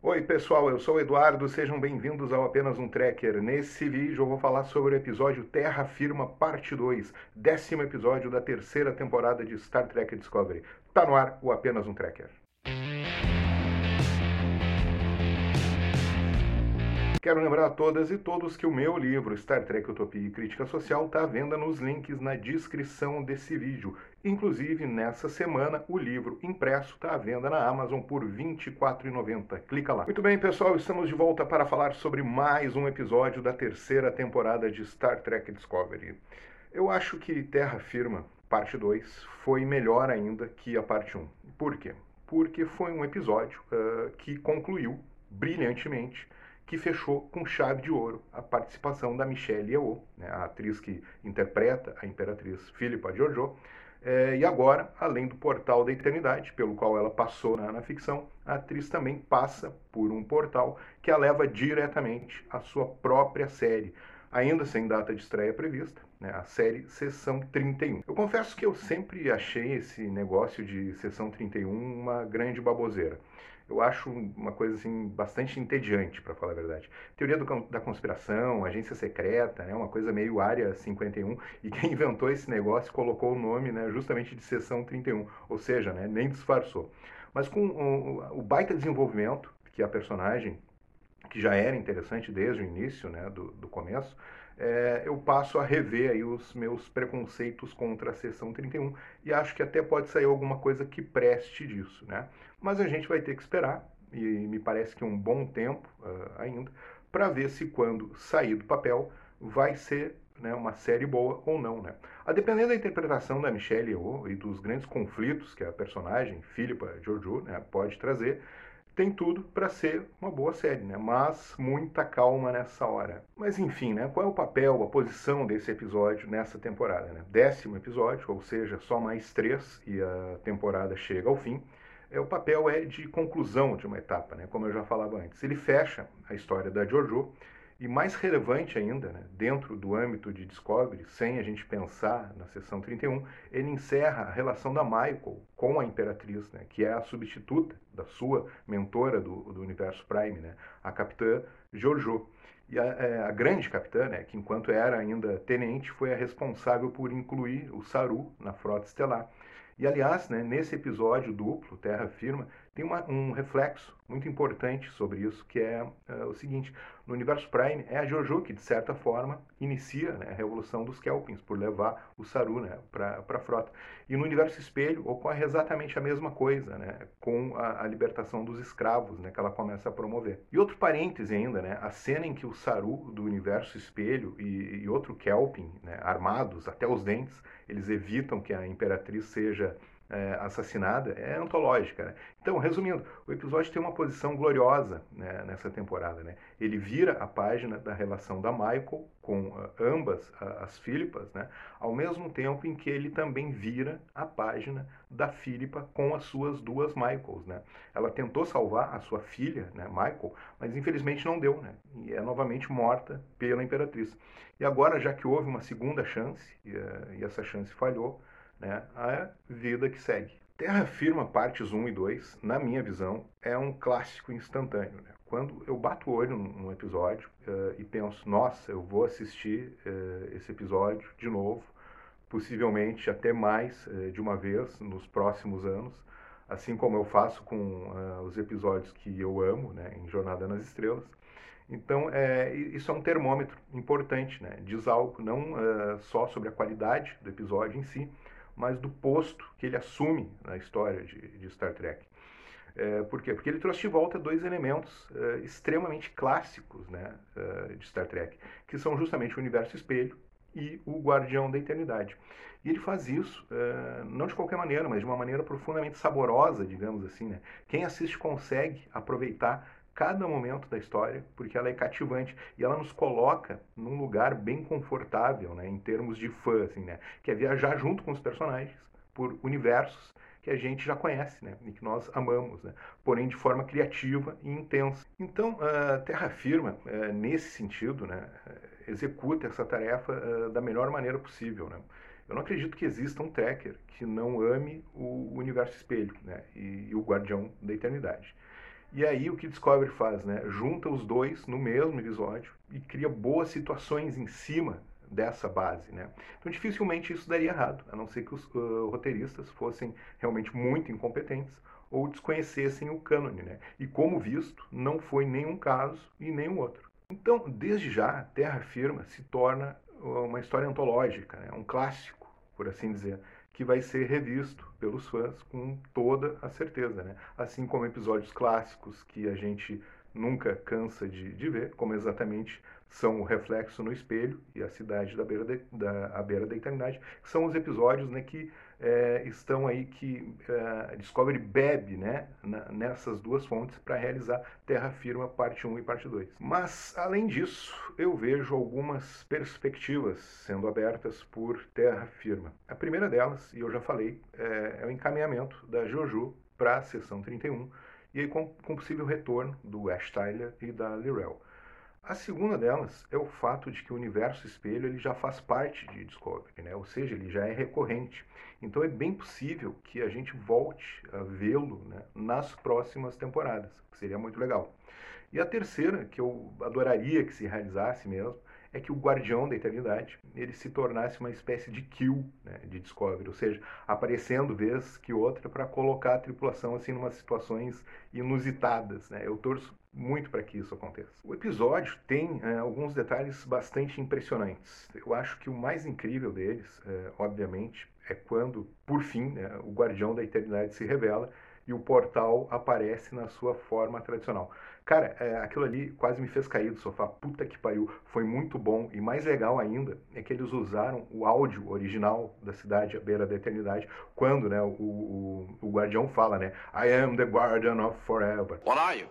Oi pessoal, eu sou o Eduardo, sejam bem-vindos ao Apenas um Trekker. Nesse vídeo eu vou falar sobre o episódio Terra Firma Parte 2, 10º episódio da terceira temporada de Star Trek Discovery. Tá no ar o Apenas um Trekker. Quero lembrar a todas e todos que o meu livro Star Trek Utopia e Crítica Social está à venda nos links na descrição desse vídeo. Inclusive, nessa semana, o livro impresso está à venda na Amazon por R$ 24,90. Clica lá. Muito bem, pessoal, estamos de volta para falar sobre mais um episódio da terceira temporada de Star Trek Discovery. Eu acho que Terra Firma, parte 2, foi melhor ainda que a parte 1. Por quê? Porque foi um episódio que concluiu brilhantemente, que fechou com chave de ouro a participação da Michelle Yeoh, né, a atriz que interpreta a Imperatriz Philippa Georgiou. E agora, além do portal da eternidade, pelo qual ela passou na ficção, a atriz também passa por um portal que a leva diretamente à sua própria série, ainda sem data de estreia prevista, né, a série Seção 31. Eu confesso que eu sempre achei esse negócio de Seção 31 uma grande baboseira. Eu acho uma coisa assim bastante entediante, para falar a verdade. Teoria da conspiração, agência secreta, né, uma coisa meio Área 51, e quem inventou esse negócio colocou o nome, né, justamente de Seção 31, ou seja, né, nem disfarçou. Mas com o baita desenvolvimento que a personagem, que já era interessante desde o início, né, do começo, eu passo a rever aí os meus preconceitos contra a Seção 31 e acho que até pode sair alguma coisa que preste disso, né? Mas a gente vai ter que esperar, e me parece que um bom tempo ainda, para ver se quando sair do papel vai ser, né, uma série boa ou não, né? A depender da interpretação da Michelle Yeoh e dos grandes conflitos que a personagem Philippa Georgiou, né, pode trazer, tem tudo para ser uma boa série, né? Mas muita calma nessa hora. Mas enfim, né? Qual é o papel, a posição desse episódio nessa temporada, né? 10º episódio, ou seja, só mais 3 e a temporada chega ao fim. O papel é de conclusão de uma etapa, né? Como eu já falava antes. Ele fecha a história da Georgiou e, mais relevante ainda, né, dentro do âmbito de Discovery, sem a gente pensar na Seção 31, ele encerra a relação da Michael com a Imperatriz, né, que é a substituta da sua mentora do Universo Prime, né, a Capitã Georgiou. E a grande capitã, né, que enquanto era ainda tenente, foi a responsável por incluir o Saru na Frota Estelar. E, aliás, né, nesse episódio duplo, Terra Firma, tem um reflexo muito importante sobre isso, que é o seguinte: no Universo Prime, é a Georgiou que, de certa forma, inicia, né, a revolução dos Kelpins, por levar o Saru, né, para a frota. E no Universo Espelho ocorre exatamente a mesma coisa, né, com a libertação dos escravos, né, que ela começa a promover. E outro parêntese ainda, né, a cena em que o Saru do Universo Espelho e outro Kelpin, né, armados até os dentes, eles evitam que a Imperatriz seja assassinada, é antológica, né? Então, resumindo, o episódio tem uma posição gloriosa, né, nessa temporada, né? Ele vira a página da relação da Michael com ambas as Philippas, né, ao mesmo tempo em que ele também vira a página da Philippa com as suas duas Michaels, né? Ela tentou salvar a sua filha, né, Michael, mas infelizmente não deu, né? E é novamente morta pela Imperatriz. E agora, já que houve uma segunda chance e essa chance falhou, né, a vida que segue. Terra Firma Partes 1 e 2, na minha visão, é um clássico instantâneo, né? Quando eu bato o olho num episódio e penso, nossa, eu vou assistir esse episódio de novo, possivelmente até mais de uma vez nos próximos anos, assim como eu faço com os episódios que eu amo, né, em Jornada nas Estrelas. Então, isso é um termômetro importante, né? Diz algo não só sobre a qualidade do episódio em si, mas do posto que ele assume na história de Star Trek. Por quê? Porque ele trouxe de volta dois elementos extremamente clássicos, né, de Star Trek, que são justamente o Universo Espelho e o Guardião da Eternidade. E ele faz isso não de qualquer maneira, mas de uma maneira profundamente saborosa, digamos assim, né? Quem assiste consegue aproveitar cada momento da história, porque ela é cativante e ela nos coloca num lugar bem confortável, né, em termos de fã, assim, né, que é viajar junto com os personagens por universos que a gente já conhece, né, e que nós amamos, né, porém de forma criativa e intensa. Então, Terra Firma, nesse sentido, né, executa essa tarefa da melhor maneira possível, né. Eu não acredito que exista um tracker que não ame o Universo Espelho, né, e o Guardião da Eternidade. E aí o que Discovery faz, né? Junta os dois no mesmo episódio e cria boas situações em cima dessa base, né? Então dificilmente isso daria errado, a não ser que os roteiristas fossem realmente muito incompetentes ou desconhecessem o cânone, né? E como visto, não foi nenhum caso e nenhum outro. Então, desde já, Terra Firma se torna uma história antológica, né? Um clássico, por assim dizer, que vai ser revisto pelos fãs com toda a certeza, né? Assim como episódios clássicos que a gente nunca cansa de ver, como exatamente são o Reflexo no Espelho e a Cidade à Beira da Eternidade, que são os episódios, né, que estão aí, que Discovery bebe, né, nessas duas fontes para realizar Terra Firma parte 1 e parte 2. Mas, além disso, eu vejo algumas perspectivas sendo abertas por Terra Firma. A primeira delas, e eu já falei, é o encaminhamento da JoJo para a sessão 31, e aí com possível retorno do Ash Tyler e da Lirel. A segunda delas é o fato de que o universo espelho ele já faz parte de Discovery, né? Ou seja, ele já é recorrente. Então é bem possível que a gente volte a vê-lo, né, nas próximas temporadas, que seria muito legal. E a terceira, que eu adoraria que se realizasse mesmo, é que o Guardião da Eternidade ele se tornasse uma espécie de kill, né, de Discovery, ou seja, aparecendo vez que outra para colocar a tripulação assim em umas situações inusitadas, né? Eu torço muito para que isso aconteça. O episódio tem alguns detalhes bastante impressionantes. Eu acho que o mais incrível deles, obviamente, é quando, por fim, né, o Guardião da Eternidade se revela e o portal aparece na sua forma tradicional. Cara, aquilo ali quase me fez cair do sofá. Puta que pariu. Foi muito bom. E mais legal ainda é que eles usaram o áudio original da Cidade à Beira da Eternidade, quando, né, o Guardião fala, né? I am the Guardian of Forever. What are you?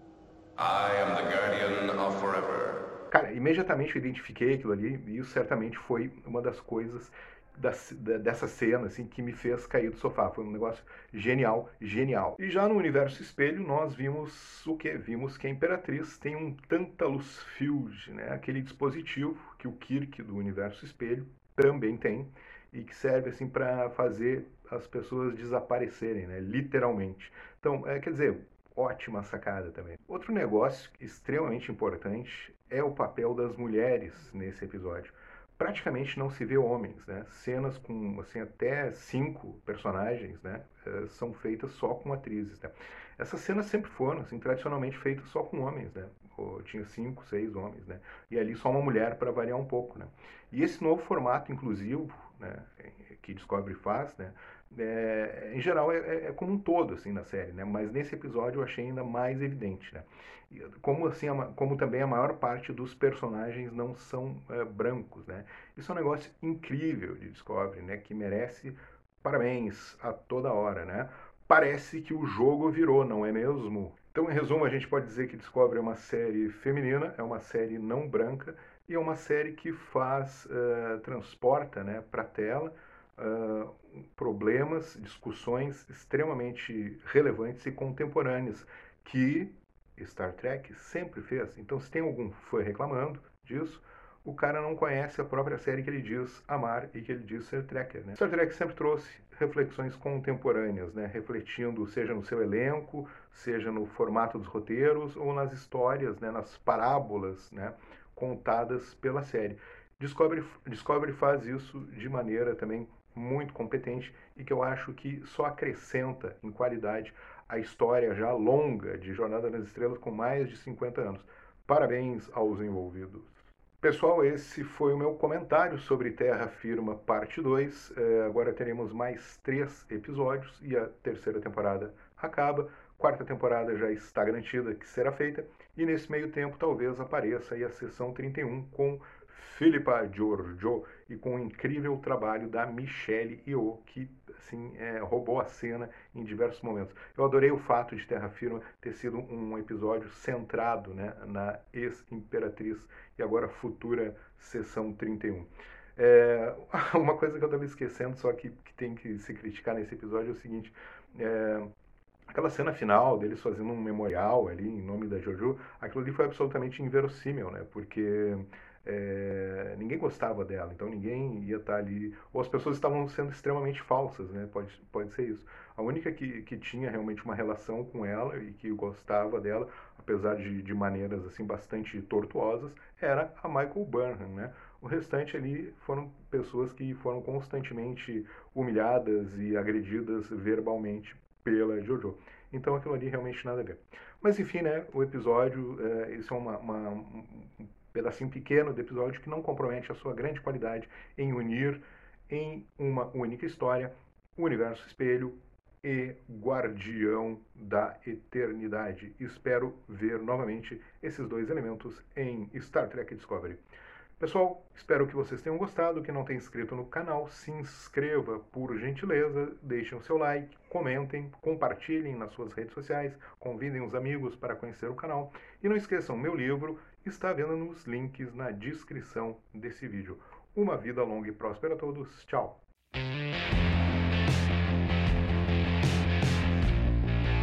I am the Guardian of Forever. Cara, imediatamente eu identifiquei aquilo ali e isso certamente foi uma das coisas dessa cena assim que me fez cair do sofá. Foi um negócio genial, genial. E já no universo espelho nós vimos o que? Vimos que a Imperatriz tem um Tantalus Field, né? Aquele dispositivo que o Kirk do universo espelho também tem e que serve assim para fazer as pessoas desaparecerem, né? Literalmente. Então, quer dizer, ótima sacada também. Outro negócio extremamente importante é o papel das mulheres nesse episódio. Praticamente não se vê homens, né? Cenas com assim, até 5 personagens, né, são feitas só com atrizes, né? Essas cenas sempre foram assim, tradicionalmente feitas só com homens, né? Ou tinha 5, 6 homens, né? E ali só uma mulher para variar um pouco, né? E esse novo formato inclusivo, né, que Discovery faz, né, em geral é como um todo assim na série, né? Mas nesse episódio eu achei ainda mais evidente, né? Como assim, como também a maior parte dos personagens não são brancos, né? Isso é um negócio incrível de Discovery, né? Que merece parabéns a toda hora, né? Parece que o jogo virou, não é mesmo? Então, em resumo, a gente pode dizer que Discovery é uma série feminina, é uma série não branca e é uma série que transporta, né, para a tela problemas, discussões extremamente relevantes e contemporâneas que Star Trek sempre fez. Então, se tem algum fã reclamando disso, o cara não conhece a própria série que ele diz amar e que ele diz ser Trekker, né? Star Trek sempre trouxe reflexões contemporâneas, né? Refletindo, seja no seu elenco, seja no formato dos roteiros ou nas histórias, né? Nas parábolas, né, contadas pela série. Discovery faz isso de maneira também muito competente e que eu acho que só acrescenta em qualidade a história já longa de Jornada nas Estrelas com mais de 50 anos. Parabéns aos envolvidos. Pessoal, esse foi o meu comentário sobre Terra Firma Parte 2. Agora teremos mais 3 episódios e a terceira temporada acaba. Quarta temporada já está garantida que será feita. E nesse meio tempo talvez apareça aí a sessão 31 com Philippa Georgiou e com o incrível trabalho da Michelle Yeoh, que assim, roubou a cena em diversos momentos. Eu adorei o fato de Terra Firma ter sido um episódio centrado, né, na ex-imperatriz e agora futura sessão 31. Uma coisa que eu estava esquecendo, só que tem que se criticar nesse episódio é o seguinte: aquela cena final deles fazendo um memorial ali em nome da Jojo, aquilo ali foi absolutamente inverossímil, né? Porque ninguém gostava dela, então ninguém ia estar ali, ou as pessoas estavam sendo extremamente falsas, né? Pode ser isso. A única que tinha realmente uma relação com ela e que gostava dela, apesar de maneiras assim bastante tortuosas, era a Michael Burnham, né? O restante ali foram pessoas que foram constantemente humilhadas e agredidas verbalmente pela JoJo. Então aquilo ali realmente nada a ver. Mas enfim, né? O episódio, isso é um pedacinho pequeno do episódio que não compromete a sua grande qualidade em unir em uma única história o universo espelho e Guardião da Eternidade. Espero ver novamente esses dois elementos em Star Trek Discovery. Pessoal, espero que vocês tenham gostado. Quem não tem inscrito no canal, se inscreva por gentileza, deixem o seu like, comentem, compartilhem nas suas redes sociais, convidem os amigos para conhecer o canal e não esqueçam, meu livro está vendo nos links na descrição desse vídeo. Uma vida longa e próspera a todos. Tchau!